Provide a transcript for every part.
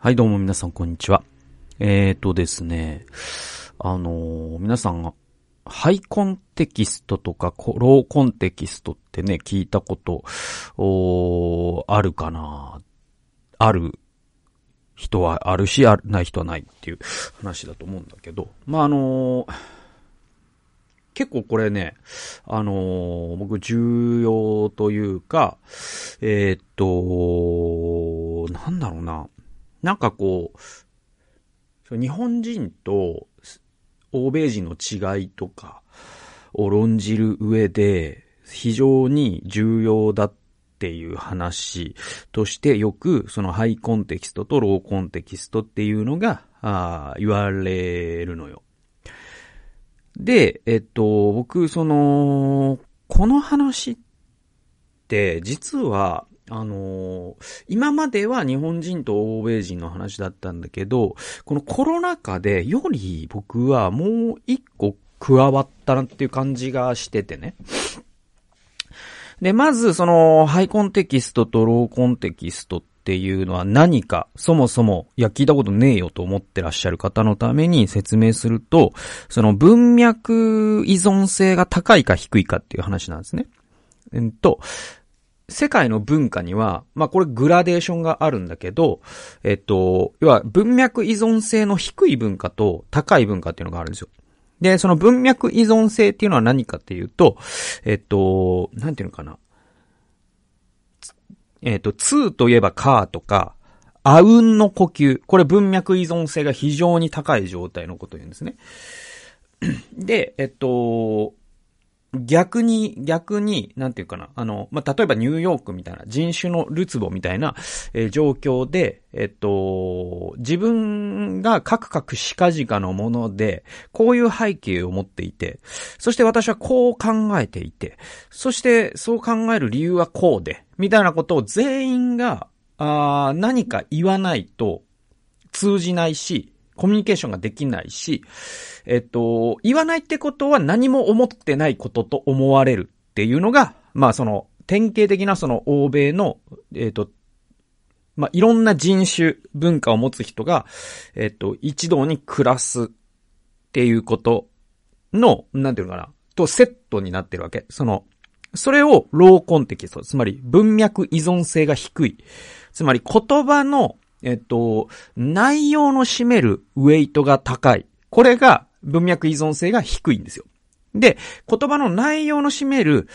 はい、どうも皆さんこんにちは。ですね、皆さん、ハイコンテキストとかローコンテキストってね、聞いたこと、あるかな？ある人はあるし、ない人はないっていう話だと思うんだけど、結構これね、僕重要というか、なんだろうな。なんかこう、日本人と欧米人の違いとかを論じる上で非常に重要だっていう話としてよくそのハイコンテキストとローコンテキストっていうのが言われるのよ。で、僕この話って実は今までは日本人と欧米人の話だったんだけど、このコロナ禍でより僕はもう一個加わったなっていう感じがしててね。で、まずそのハイコンテキストとローコンテキストっていうのは何か、そもそも、聞いたことねえよと思ってらっしゃる方のために説明すると、その文脈依存性が高いか低いかっていう話なんですね。世界の文化には、これグラデーションがあるんだけど、要は文脈依存性の低い文化と高い文化っていうのがあるんですよ。で、その文脈依存性っていうのは何かっていうと、なんていうのかな。通といえばカーとか、あうんの呼吸。これ文脈依存性が非常に高い状態のことを言うんですね。で、逆に、なんていうかな、例えばニューヨークみたいな人種のるつぼみたいな、状況で、自分がカクカクしかじかのもので、こういう背景を持っていて、そして私はこう考えていて、そしてそう考える理由はこうで、みたいなことを全員が、何か言わないと通じないし、コミュニケーションができないし、言わないってことは何も思ってないことと思われるっていうのが、その、典型的なその欧米の、いろんな人種、文化を持つ人が、一堂に暮らすっていうことの、なんていうのかな、とセットになってるわけ。それをローコンテキスト、つまり文脈依存性が低い。つまり言葉の内容の占めるウェイトが高い。これが文脈依存性が低いんですよ。で、言葉の内容の占める、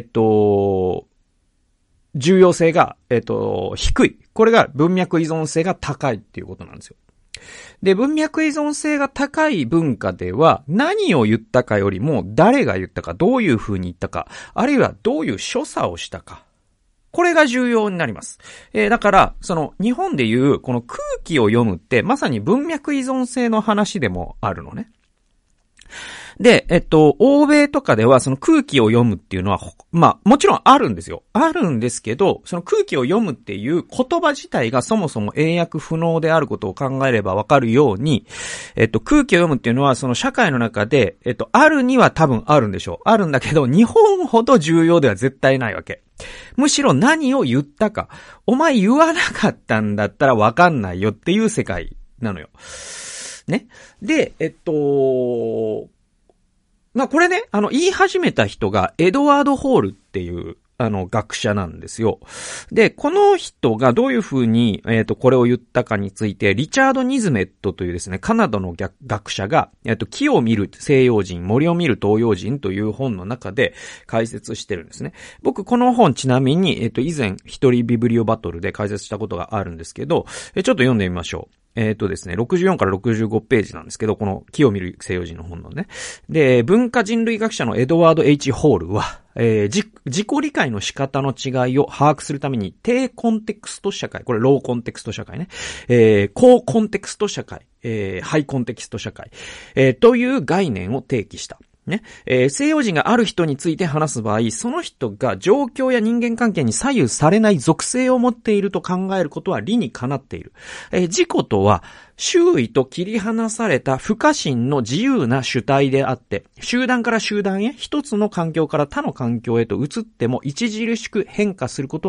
重要性が、低い。これが文脈依存性が高いっていうことなんですよ。で、文脈依存性が高い文化では何を言ったかよりも誰が言ったか、どういう風に言ったか、あるいはどういう所作をしたか。これが重要になります。だから、日本でいう、この空気を読むって、まさに文脈依存性の話でもあるのね。で、欧米とかでは、その空気を読むっていうのは、もちろんあるんですよ。あるんですけど、その空気を読むっていう言葉自体がそもそも英訳不能であることを考えればわかるように、空気を読むっていうのは、その社会の中で、あるには多分あるんでしょう。あるんだけど、日本ほど重要では絶対ないわけ。むしろ何を言ったか、お前言わなかったんだったらわかんないよっていう世界なのよ。ね。で、これね、言い始めた人がエドワード・ホールっていう、学者なんですよ。で、この人がどういうふうに、これを言ったかについて、リチャード・ニズメットというですね、カナダの学者が、木を見る西洋人、森を見る東洋人という本の中で解説してるんですね。僕、この本ちなみに、以前、一人ビブリオバトルで解説したことがあるんですけど、ちょっと読んでみましょう。ですね、64から65ページなんですけど、この木を見る西洋人の本のね。で、文化人類学者のエドワード・ H. ホールは、自己理解の仕方の違いを把握するために、低コンテクスト社会、これローコンテクスト社会ね、高コンテクスト社会、ハイコンテキスト社会、という概念を提起した。ね。西洋人がある人について話す場合、その人が状況や人間関係に左右されない属性を持っていると考えることは理にかなっている。自己とは、周囲と切り離された不可侵の自由な主体であって、集団から集団へ、一つの環境から他の環境へと移っても著しく変化することはない。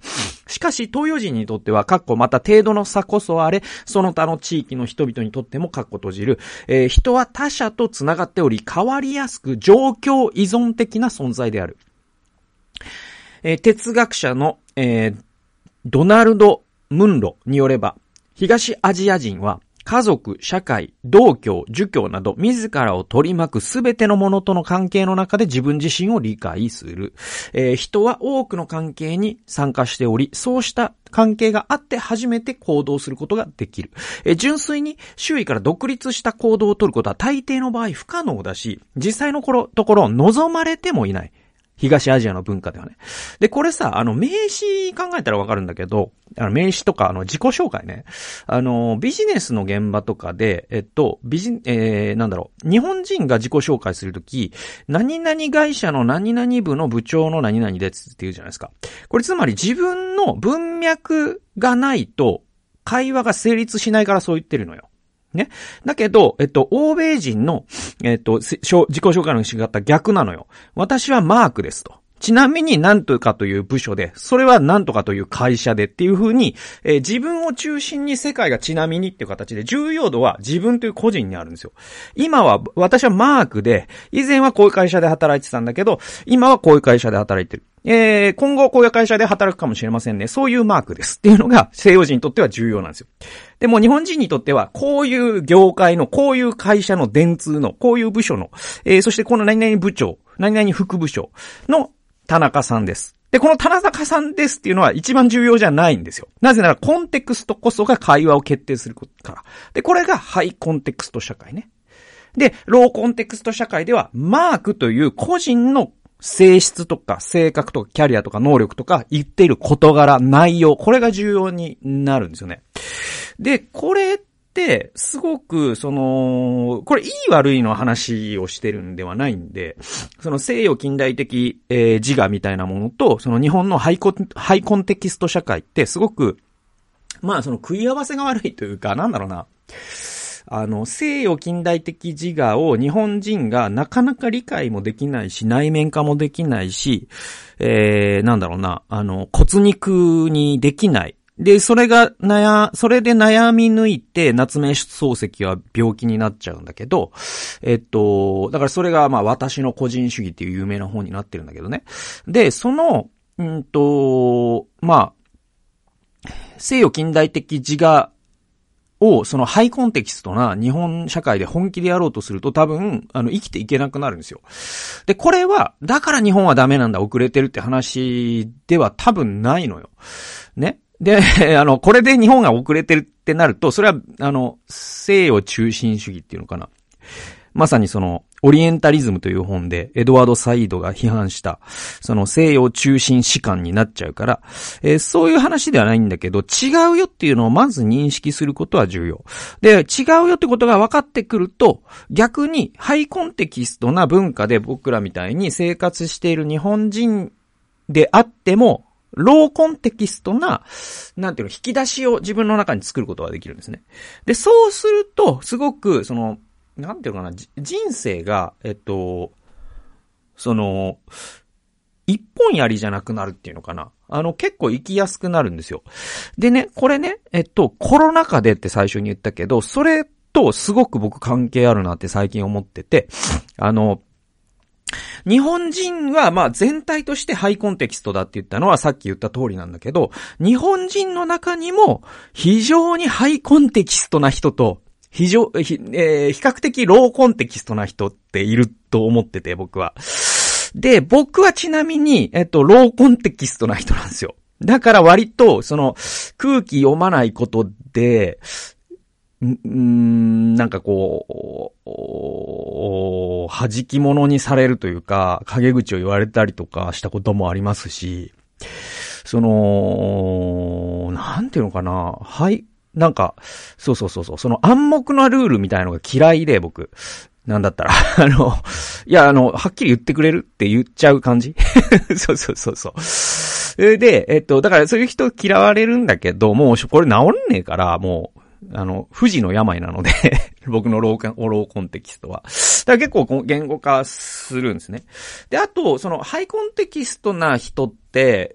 しかし、東洋人にとっては、また程度の差こそあれ、その他の地域の人々にとっても、閉じる、人は他者と繋がっており、変わりやすく状況依存的な存在である。哲学者の、ドナルド・ムンロによれば、東アジア人は、家族、社会、同居、儒教など自らを取り巻くすべてのものとの関係の中で自分自身を理解する。人は多くの関係に参加しており、そうした関係があって初めて行動することができる。純粋に周囲から独立した行動を取ることは大抵の場合不可能だし、実際のところ望まれてもいない。東アジアの文化ではね。で、これさ、名詞考えたらわかるんだけど、名詞とか、自己紹介ね。ビジネスの現場とかで、日本人が自己紹介するとき、何々会社の何々部の部長の何々ですって言うじゃないですか。これつまり自分の文脈がないと、会話が成立しないからそう言ってるのよ。ね。だけど、欧米人の、自己紹介の仕方逆なのよ。私はマークですと。ちなみに何とかという部署で、それは何とかという会社でっていう風に、自分を中心に世界がちなみにっていう形で重要度は自分という個人にあるんですよ。今は、私はマークで、以前はこういう会社で働いてたんだけど、今はこういう会社で働いてる。今後こういう会社で働くかもしれませんね。そういうマークですっていうのが西洋人にとっては重要なんですよ。でも日本人にとってはこういう業界の、こういう会社の電通の、こういう部署の、そしてこの何々部長、何々副部長の田中さんです。で、この田中さんですっていうのは一番重要じゃないんですよ。なぜならコンテクストこそが会話を決定するから。で、これがハイコンテクスト社会ね。で、ローコンテクスト社会ではマークという個人の性質とか性格とかキャリアとか能力とか言っている事柄、内容、これが重要になるんですよね。で、これってすごくこれいい悪いの話をしてるんではないんで、その西洋近代的、自我みたいなものと、その日本のハイコンテキスト社会ってすごく、食い合わせが悪いというか、なんだろうな。西洋近代的自我を日本人がなかなか理解もできないし、内面化もできないし、骨肉にできない。で、それで悩み抜いて、夏目漱石は病気になっちゃうんだけど、だからそれが私の個人主義っていう有名な本になってるんだけどね。で、西洋近代的自我を、そのハイコンテキストな日本社会で本気でやろうとすると多分、生きていけなくなるんですよ。で、これは、だから日本はダメなんだ、遅れてるって話では多分ないのよ。ね。で、これで日本が遅れてるってなると、それは、西洋中心主義っていうのかな。まさにオリエンタリズムという本で、エドワード・サイードが批判した、西洋中心史観になっちゃうから、そういう話ではないんだけど、違うよっていうのをまず認識することは重要。で、違うよってことが分かってくると、逆にハイコンテキストな文化で僕らみたいに生活している日本人であっても、ローコンテキストな、引き出しを自分の中に作ることができるんですね。で、そうすると、すごく、人生が、一本槍じゃなくなるっていうのかな。結構生きやすくなるんですよ。でね、これね、コロナ禍でって最初に言ったけど、それとすごく僕関係あるなって最近思ってて、日本人は全体としてハイコンテキストだって言ったのはさっき言った通りなんだけど、日本人の中にも非常にハイコンテキストな人と比較的ローコンテキストな人っていると思ってて、僕は。で、僕はちなみに、ローコンテキストな人なんですよ。だから割と、空気読まないことで、弾き物にされるというか、陰口を言われたりとかしたこともありますし、なんていうのかな、はい、暗黙のルールみたいなのが嫌いで、僕。なんだったら、はっきり言ってくれるって言っちゃう感じそう。で、だからそういう人嫌われるんだけど、もうこれ治んねえから、もう、不治の病なので、僕のローコンテキストは。 だから結構言語化するんですね。で、あと、そのハイコンテキストな人って、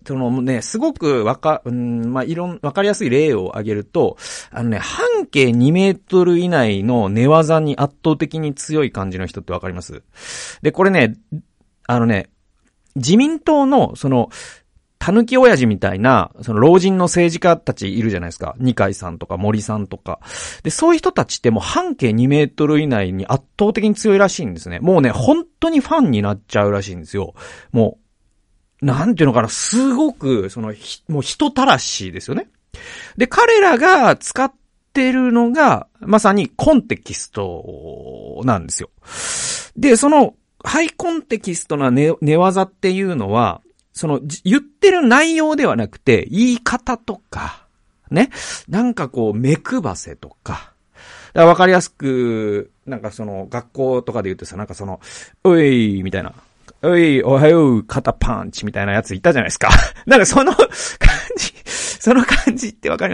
そのね、すごくわかりやすい例を挙げると、半径2メートル以内の寝技に圧倒的に強い感じの人ってわかります？で、これね、自民党の、狸親父みたいな、老人の政治家たちいるじゃないですか。二階さんとか森さんとか。で、そういう人たちってもう半径2メートル以内に圧倒的に強いらしいんですね。もうね、本当にファンになっちゃうらしいんですよ。もう、なんていうのかな、すごく、もう人たらしですよね。で、彼らが使ってるのが、まさにコンテキストなんですよ。で、ハイコンテキストな寝技っていうのは、言ってる内容ではなくて、言い方とか、ね。なんか目配せとか。だからわかりやすく、なんか学校とかで言うとさ、なんかおい、みたいな。おい、おはよう、肩パンチみたいなやついたじゃないですか。なんかその感じってわかります？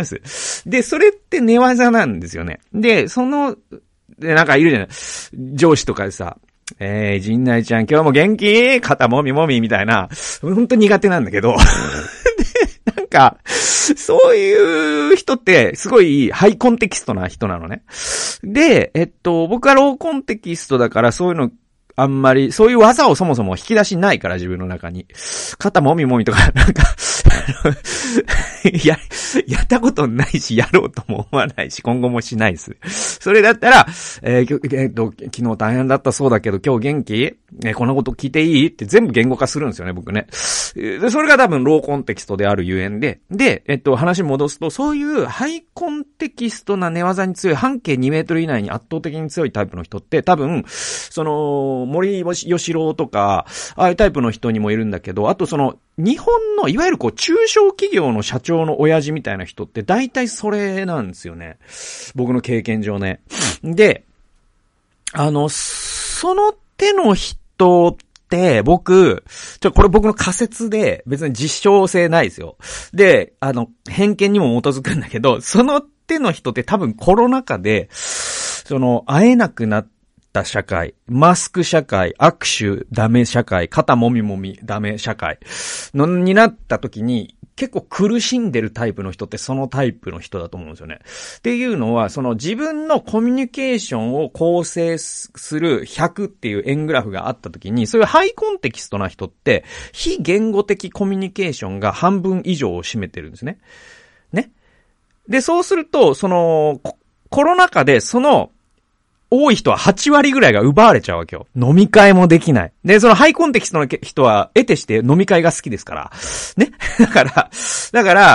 で、それって寝技なんですよね。で、なんかいるじゃない。上司とかでさ、陣内ちゃん今日も元気？肩もみもみみたいな。本当苦手なんだけど。で、なんか、そういう人ってすごいハイコンテキストな人なのね。で、僕はローコンテキストだからそういうのあんまり、そういう技をそもそも引き出しないから自分の中に。肩もみもみとか、なんか、やったことないし、やろうとも思わないし、今後もしないです。それだったら、昨日大変だったそうだけど、今日元気？こんなこと聞いていい？って全部言語化するんですよね、僕ね。で、それが多分ローコンテキストであるゆえんで、話戻すと、そういうハイコンテキストな寝技に強い、半径2メートル以内に圧倒的に強いタイプの人って、多分、森喜朗とか、ああいうタイプの人にもいるんだけど、あと日本の、いわゆる中小企業の社長の親父みたいな人って、大体それなんですよね。僕の経験上ね。で、その手の人って、これ僕の仮説で、別に実証性ないですよ。で、偏見にも基づくんだけど、その手の人って多分コロナ禍で、会えなくなった社会、マスク社会、握手ダメ社会、肩もみもみダメ社会になった時に、結構苦しんでるタイプの人ってそのタイプの人だと思うんですよね。っていうのは、自分のコミュニケーションを構成する100っていう円グラフがあった時に、そういうハイコンテキストな人って、非言語的コミュニケーションが半分以上を占めてるんですね。ね。で、そうすると、コロナ禍で多い人は8割ぐらいが奪われちゃうわけよ。飲み会もできない。で、ハイコンテキストの人は得てして飲み会が好きですから。ね。だから、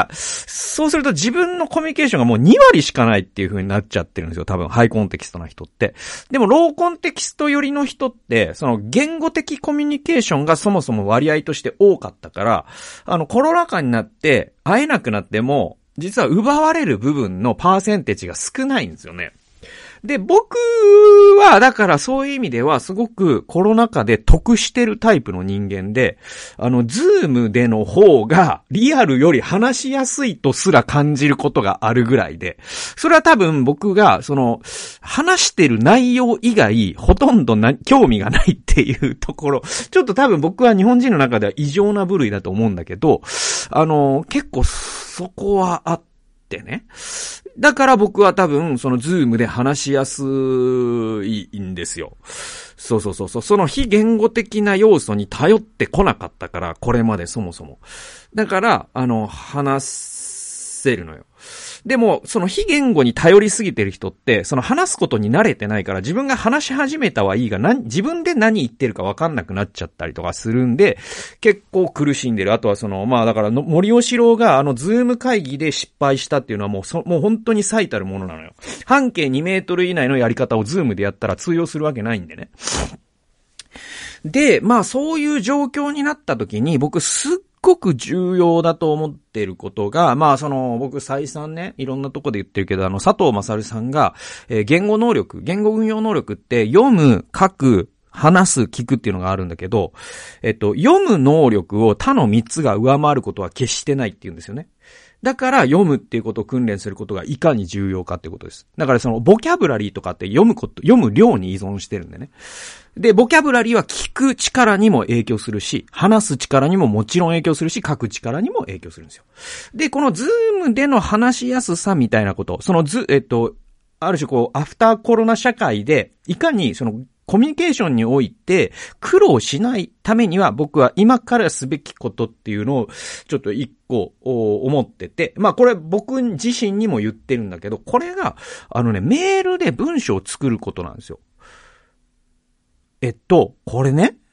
そうすると自分のコミュニケーションがもう2割しかないっていう風になっちゃってるんですよ。多分、ハイコンテキストな人って。でも、ローコンテキスト寄りの人って、言語的コミュニケーションがそもそも割合として多かったから、コロナ禍になって会えなくなっても、実は奪われる部分のパーセンテージが少ないんですよね。で、僕は、だからそういう意味では、すごくコロナ禍で得してるタイプの人間で、ズームでの方が、リアルより話しやすいとすら感じることがあるぐらいで、それは多分僕が、話してる内容以外、ほとんど興味がないっていうところ、ちょっと多分僕は日本人の中では異常な部類だと思うんだけど、結構そこはあってね。だから僕は多分、ズームで話しやすいんですよ。そう。その非言語的な要素に頼ってこなかったから、これまでそもそも。だから、話せるのよ。でも、非言語に頼りすぎてる人って、話すことに慣れてないから、自分が話し始めたはいいが、自分で何言ってるか分かんなくなっちゃったりとかするんで、結構苦しんでる。あとはだから、森喜朗がズーム会議で失敗したっていうのはもう本当に最たるものなのよ。半径2メートル以内のやり方をズームでやったら通用するわけないんでね。で、そういう状況になった時に、僕すごく重要だと思っていることが、僕再三ね、いろんなとこで言ってるけど、佐藤勝さんが、言語運用能力って読む、書く、話す、聞くっていうのがあるんだけど、読む能力を他の3つが上回ることは決してないっていうんですよね。 だから読むっていうことを訓練することがいかに重要かっていうことです。だからそのボキャブラリーとかって読む量に依存してるんでね。で、ボキャブラリーは聞く力にも影響するし、話す力にももちろん影響するし、書く力にも影響するんですよ。で、このズームでの話しやすさみたいなこと、そのある種こう、アフターコロナ社会で、いかにそのコミュニケーションにおいて苦労しないためには僕は今からすべきことっていうのをちょっと一個思ってて、まあこれ僕自身にも言ってるんだけど、これがメールで文章を作ることなんですよ。これね、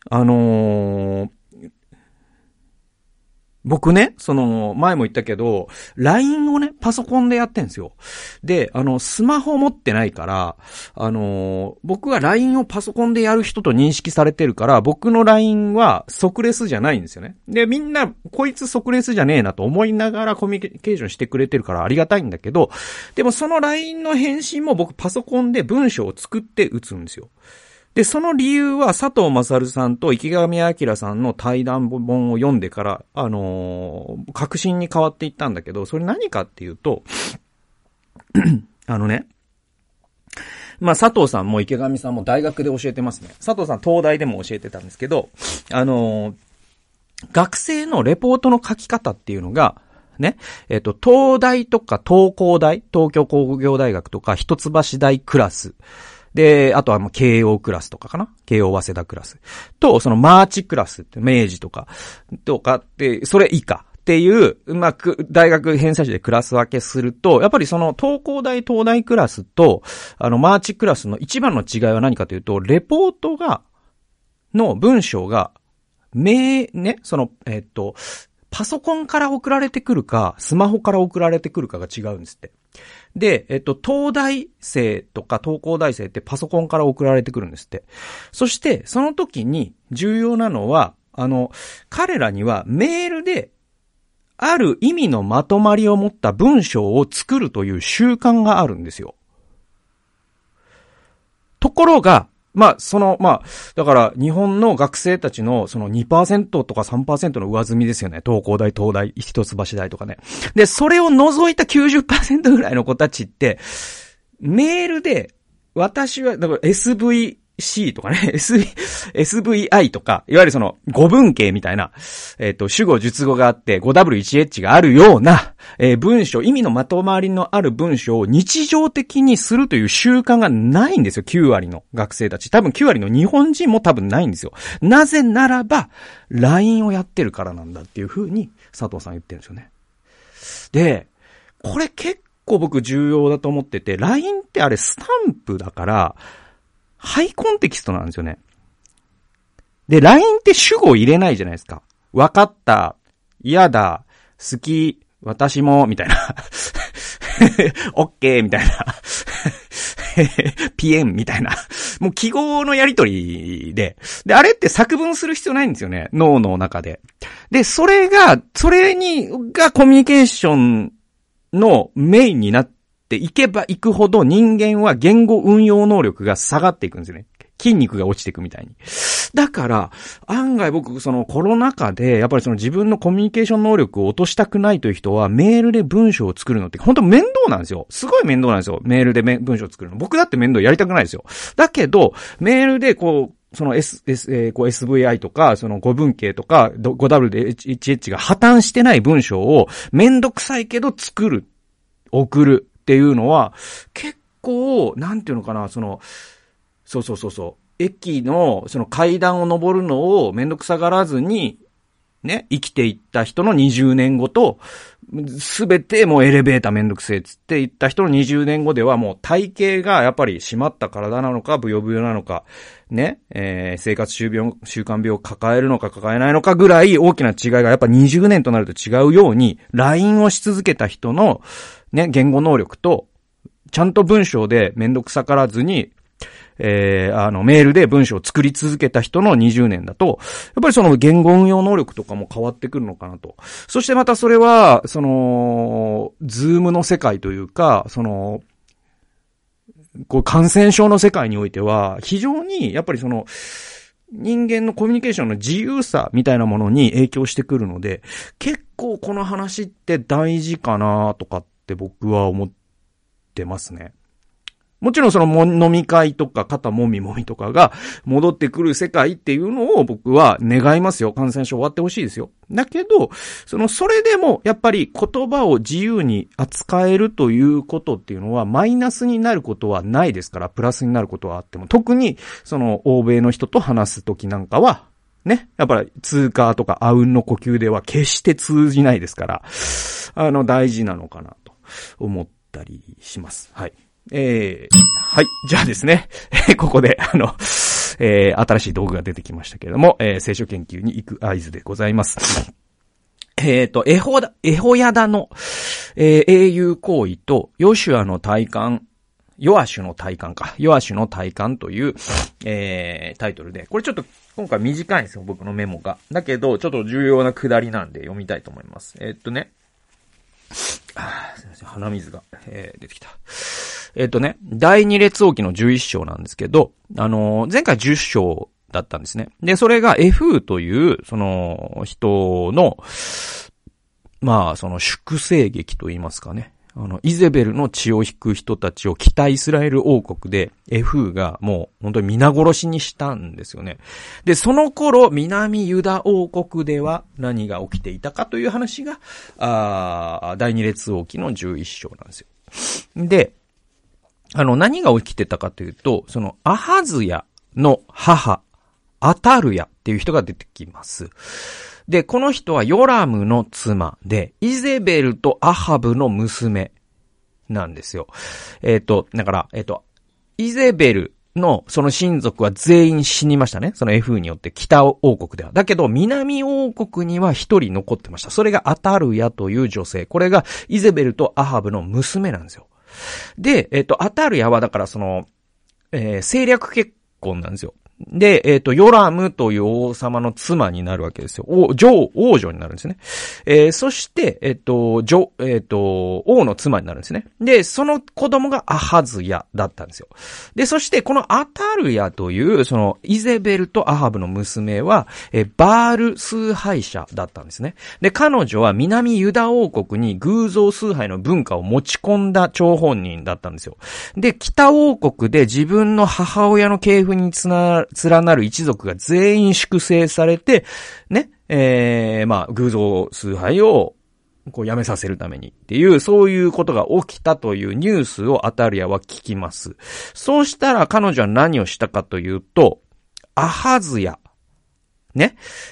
僕ね、前も言ったけど、LINE をね、パソコンでやってんですよ。で、スマホ持ってないから、僕は LINE をパソコンでやる人と認識されてるから、僕の LINE は即レスじゃないんですよね。で、みんな、こいつ即レスじゃねえなと思いながらコミュニケーションしてくれてるからありがたいんだけど、でもその LINE の返信も僕パソコンで文章を作って打つんですよ。で、その理由は佐藤勝さんと池上彰さんの対談本を読んでから、確信に変わっていったんだけど、それ何かっていうと、まあ、佐藤さんも池上さんも大学で教えてますね。佐藤さん東大でも教えてたんですけど、学生のレポートの書き方っていうのが、ね、東大とか東工大、東京工業大学とか一橋大クラス、で、あとはもう慶応クラスとかかな、慶応早稲田クラスと、そのマーチクラスって明治とかって、それ以下っていう、まあ、大学偏差値でクラス分けすると、やっぱりその東工大東大クラスと、マーチクラスの一番の違いは何かというと、レポートの文章が、パソコンから送られてくるか、スマホから送られてくるかが違うんですって。で、東大生とか東工大生ってパソコンから送られてくるんですって。そして、その時に重要なのは、彼らにはメールで、ある意味のまとまりを持った文章を作るという習慣があるんですよ。ところが、だから日本の学生たちのその 2% とか 3% の上積みですよね。東工大、東大、一橋大とかね。で、それを除いた 90% ぐらいの子たちって、メールで、私は、だから SVC とかね、SVI とか、いわゆるその語文系みたいな、主語、述語があって 5W1H があるような、文章、意味のまとまりのある文章を日常的にするという習慣がないんですよ。9割の学生たち。多分9割の日本人も多分ないんですよ。なぜならば、LINE をやってるからなんだっていう風に佐藤さん言ってるんですよね。で、これ結構僕重要だと思ってて、LINE ってあれスタンプだから、ハイコンテキストなんですよね。で、LINE って主語入れないじゃないですか。わかった、嫌だ、好き、私も、みたいな。オッケー、みたいな。ピエン、みたいな。もう記号のやりとりで。で、あれって作文する必要ないんですよね。脳の中で。で、それがコミュニケーションのメインになっていけばいくほど人間は言語運用能力が下がっていくんですよね。筋肉が落ちていくみたいに。だから、案外僕、そのコロナ禍で、やっぱりその自分のコミュニケーション能力を落としたくないという人は、メールで文章を作るのって本当面倒なんですよ。すごい面倒なんですよ。メールで文章を作るの。僕だって面倒やりたくないですよ。だけど、メールでそのSVI とか、その語文系とか、5W1H が破綻してない文章を、めんどくさいけど作る、送るっていうのは、結構、なんていうのかな、駅の、その階段を登るのをめんどくさがらずに、ね、生きていった人の20年後と、すべてもうエレベーターめんどくせえっつって言った人の20年後ではもう体型がやっぱり締まった体なのか、ブヨブヨなのか、ね、生活習慣病を抱えるのか抱えないのかぐらい大きな違いがやっぱ20年となると違うように、LINE をし続けた人の、ね、言語能力と、ちゃんと文章でめんどくさからずに、メールで文章を作り続けた人の20年だと、やっぱりその言語運用能力とかも変わってくるのかなと。そしてまたそれは、ズームの世界というか、感染症の世界においては、非常に、やっぱり人間のコミュニケーションの自由さみたいなものに影響してくるので、結構この話って大事かなとかって僕は思ってますね。もちろんその飲み会とか肩もみもみとかが戻ってくる世界っていうのを僕は願いますよ。感染症終わってほしいですよ。だけど、それでもやっぱり言葉を自由に扱えるということっていうのはマイナスになることはないですから、プラスになることはあっても、特に欧米の人と話すときなんかは、ね。やっぱり通貨とかあうんの呼吸では決して通じないですから、大事なのかなと思ったりします。はい。はい。じゃあですね。ここで、新しい道具が出てきましたけれども、聖書研究に行く合図でございます。エホヤダの、英雄行為と、ヨアシュの体感という、タイトルで、これちょっと今回短いんですよ、僕のメモが。だけど、ちょっと重要なくだりなんで読みたいと思います。すいません、鼻水が、出てきた。第二列王記の11章なんですけど、前回10章だったんですね。で、それがエフーという、人の、粛清劇と言いますかね。イゼベルの血を引く人たちを北イスラエル王国で、エフーがもう本当に皆殺しにしたんですよね。で、その頃、南ユダ王国では何が起きていたかという話が、第二列王記の11章なんですよ。で、何が起きてたかというと、アハズヤの母、アタルヤっていう人が出てきます。で、この人はヨラムの妻で、イゼベルとアハブの娘なんですよ。だから、イゼベルのその親族は全員死にましたね。そのエフーによって北王国では。だけど、南王国には一人残ってました。それがアタルヤという女性。これがイゼベルとアハブの娘なんですよ。で、アタルヤはだから政略結婚なんですよ。で、ヨラムという王様の妻になるわけですよ。王女になるんですね。そして、王の妻になるんですね。で、その子供がアハズヤだったんですよ。で、そしてこのアタルヤという、イゼベルとアハブの娘は、バール崇拝者だったんですね。で、彼女は南ユダ王国に偶像崇拝の文化を持ち込んだ張本人だったんですよ。で、北王国で自分の母親の系譜に連なる一族が全員粛清されて、ね、偶像崇拝をやめさせるためにっていう、そういうことが起きたというニュースをアタルヤは聞きます。そうしたら彼女は何をしたかというと、アハズヤ。ね。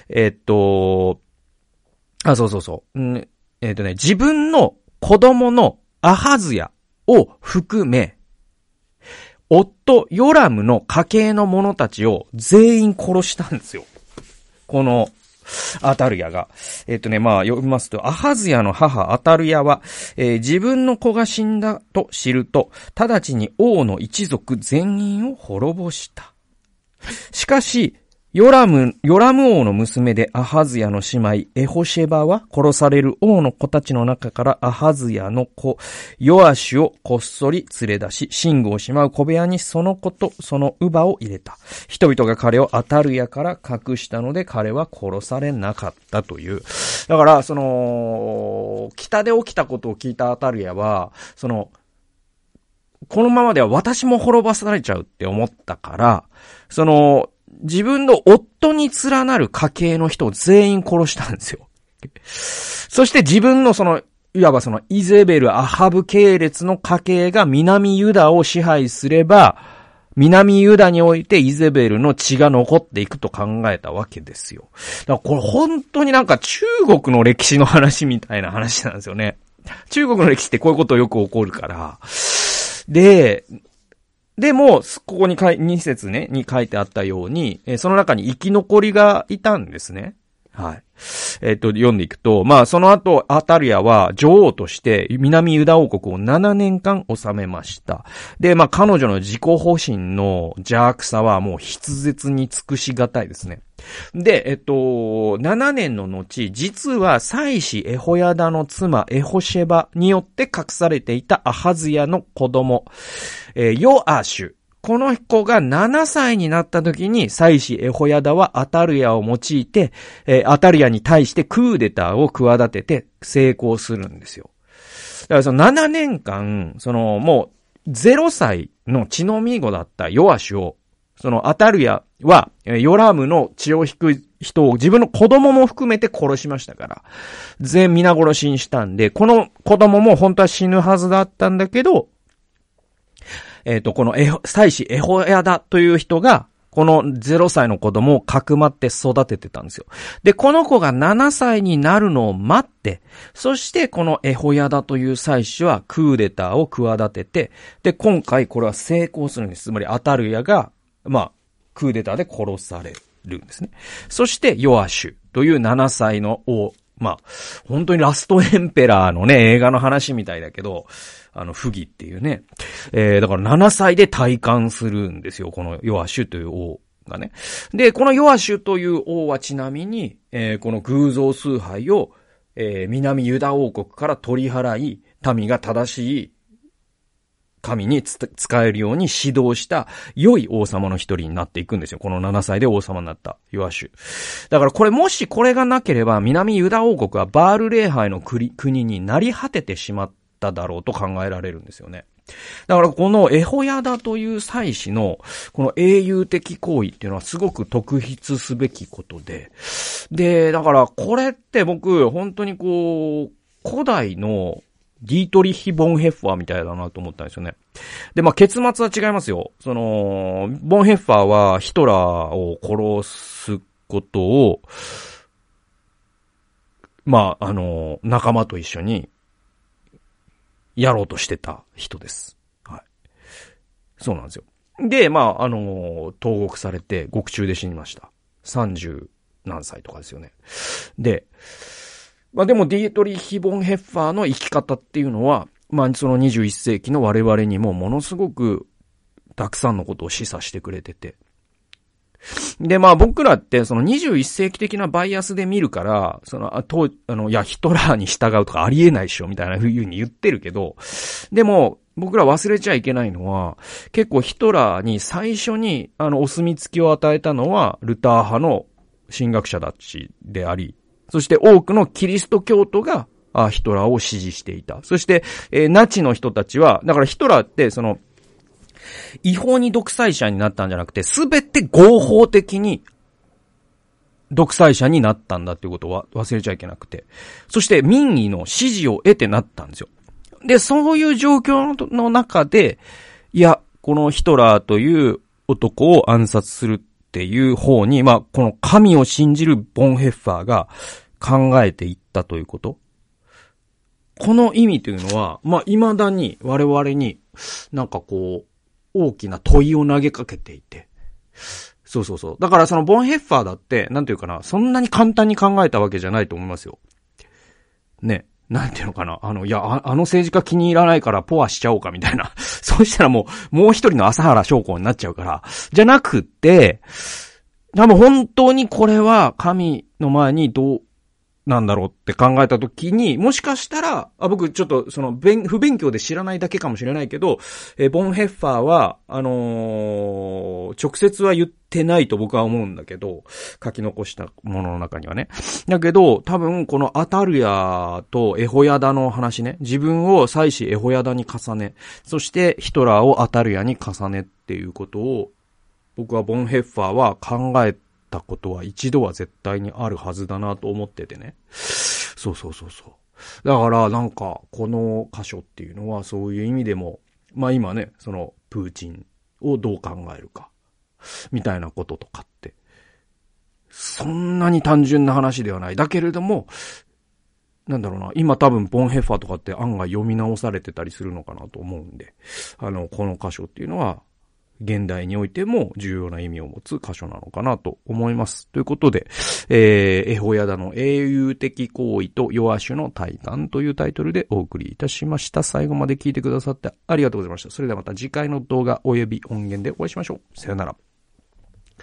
自分の子供のアハズヤを含め、夫、ヨラムの家系の者たちを全員殺したんですよ。この、アタルヤが。読みますと、アハズヤの母、アタルヤは、自分の子が死んだと知ると、直ちに王の一族全員を滅ぼした。しかし、ヨラム王の娘でアハズヤの姉妹エホシェバは殺される王の子たちの中からアハズヤの子ヨアシュをこっそり連れ出し、寝具をしまう小部屋にその子とその乳母を入れた。人々が彼をアタルヤから隠したので彼は殺されなかったという。だから北で起きたことを聞いたアタルヤは、このままでは私も滅ぼされちゃうって思ったから、自分の夫に連なる家系の人を全員殺したんですよ。そして自分のいわばイゼベル、アハブ系列の家系が南ユダを支配すれば、南ユダにおいてイゼベルの血が残っていくと考えたわけですよ。だからこれ本当になんか中国の歴史の話みたいな話なんですよね。中国の歴史ってこういうことよく起こるから。でも、ここに2節ね、に書いてあったように、その中に生き残りがいたんですね。はい。読んでいくと、その後、アタルヤは女王として南ユダ王国を7年間治めました。で、彼女の自己保身の邪悪さはもう筆舌に尽くしがたいですね。で、7年の後、実は祭司エホヤダの妻エホシェバによって隠されていたアハズヤの子供、ヨアシュ。 この子が7歳になった時に、妻子エホヤダはアタルヤを用いて、アタルヤに対してクーデターを企てて成功するんですよ。だからその7年間、もう0歳の血のみ子だったヨアシュを、アタルヤは、ヨラムの血を引く人を自分の子供も含めて殺しましたから、皆殺しにしたんで、この子供も本当は死ぬはずだったんだけど、この妻子エホヤダという人が、この0歳の子供をかくまって育ててたんですよ。で、この子が7歳になるのを待って、そしてこのエホヤダという妻子はクーデターを企てて、で、今回これは成功するんです。つまりアタルヤが、クーデターで殺されるんですね。そしてヨアシュという7歳の王、本当にラストエンペラーのね、映画の話みたいだけど、フギっていうね。だから7歳で戴冠するんですよ。このヨアシュという王がね。で、このヨアシュという王はちなみに、この偶像崇拝を、南ユダ王国から取り払い、民が正しい神に使えるように指導した良い王様の一人になっていくんですよ。この7歳で王様になったヨアシュ。だからもしこれがなければ南ユダ王国はバール礼拝の国になり果ててしまっただろうと考えられるんですよね。だからこのエホヤダという祭司のこの英雄的行為っていうのはすごく特筆すべきことで。で、だからこれって僕本当に古代のディートリヒ・ボンヘッファーみたいだなと思ったんですよね。で、結末は違いますよ。ボンヘッファーはヒトラーを殺すことを、仲間と一緒にやろうとしてた人です。はい。そうなんですよ。で、投獄されて獄中で死にました。30何歳とかですよね。で、でもディートリヒ・ボンヘッファーの生き方っていうのは、その21世紀の我々にもものすごくたくさんのことを示唆してくれてて。で、僕らってその21世紀的なバイアスで見るから、ヒトラーに従うとかありえないっしょみたいな風に言ってるけど、でも僕ら忘れちゃいけないのは、結構ヒトラーに最初にお墨付きを与えたのはルター派の神学者たちであり、そして多くのキリスト教徒がヒトラーを支持していた。そして、ナチの人たちは、だからヒトラーって違法に独裁者になったんじゃなくて、すべて合法的に独裁者になったんだっていうことは忘れちゃいけなくて。そして民意の支持を得てなったんですよ。で、そういう状況の中で、このヒトラーという男を暗殺するっていう方に、この神を信じるボンヘッファーが考えていったということ。この意味というのは、未だに我々に大きな問いを投げかけていて。そう。だからボンヘッファーだって、そんなに簡単に考えたわけじゃないと思いますよ。ね。あの政治家気に入らないからポアしちゃおうかみたいな。そうしたらもう一人の朝原将校になっちゃうから。じゃなくて、多分本当にこれは神の前にどうなんだろうって考えたときに、もしかしたら、僕ちょっと不勉強で知らないだけかもしれないけど、ボンヘッファーは、直接は言ってないと僕は思うんだけど、書き残したものの中にはね。だけど、多分このアタルヤとエホヤダの話ね、自分を妻子エホヤダに重ね、そしてヒトラーをアタルヤに重ねっていうことを、僕はボンヘッファーは考えたことは一度は絶対にあるはずだなと思っててね。そう。だからこの箇所っていうのはそういう意味でも、今ね、プーチンをどう考えるか、みたいなこととかって、そんなに単純な話ではない。だけれども、今多分ボンヘッファーとかって案外読み直されてたりするのかなと思うんで、この箇所っていうのは、現代においても重要な意味を持つ箇所なのかなと思います。ということで、エホヤダの英雄的行為とヨアシュの戴冠というタイトルでお送りいたしました。最後まで聞いてくださってありがとうございました。それではまた次回の動画及び音源でお会いしましょう。さよなら。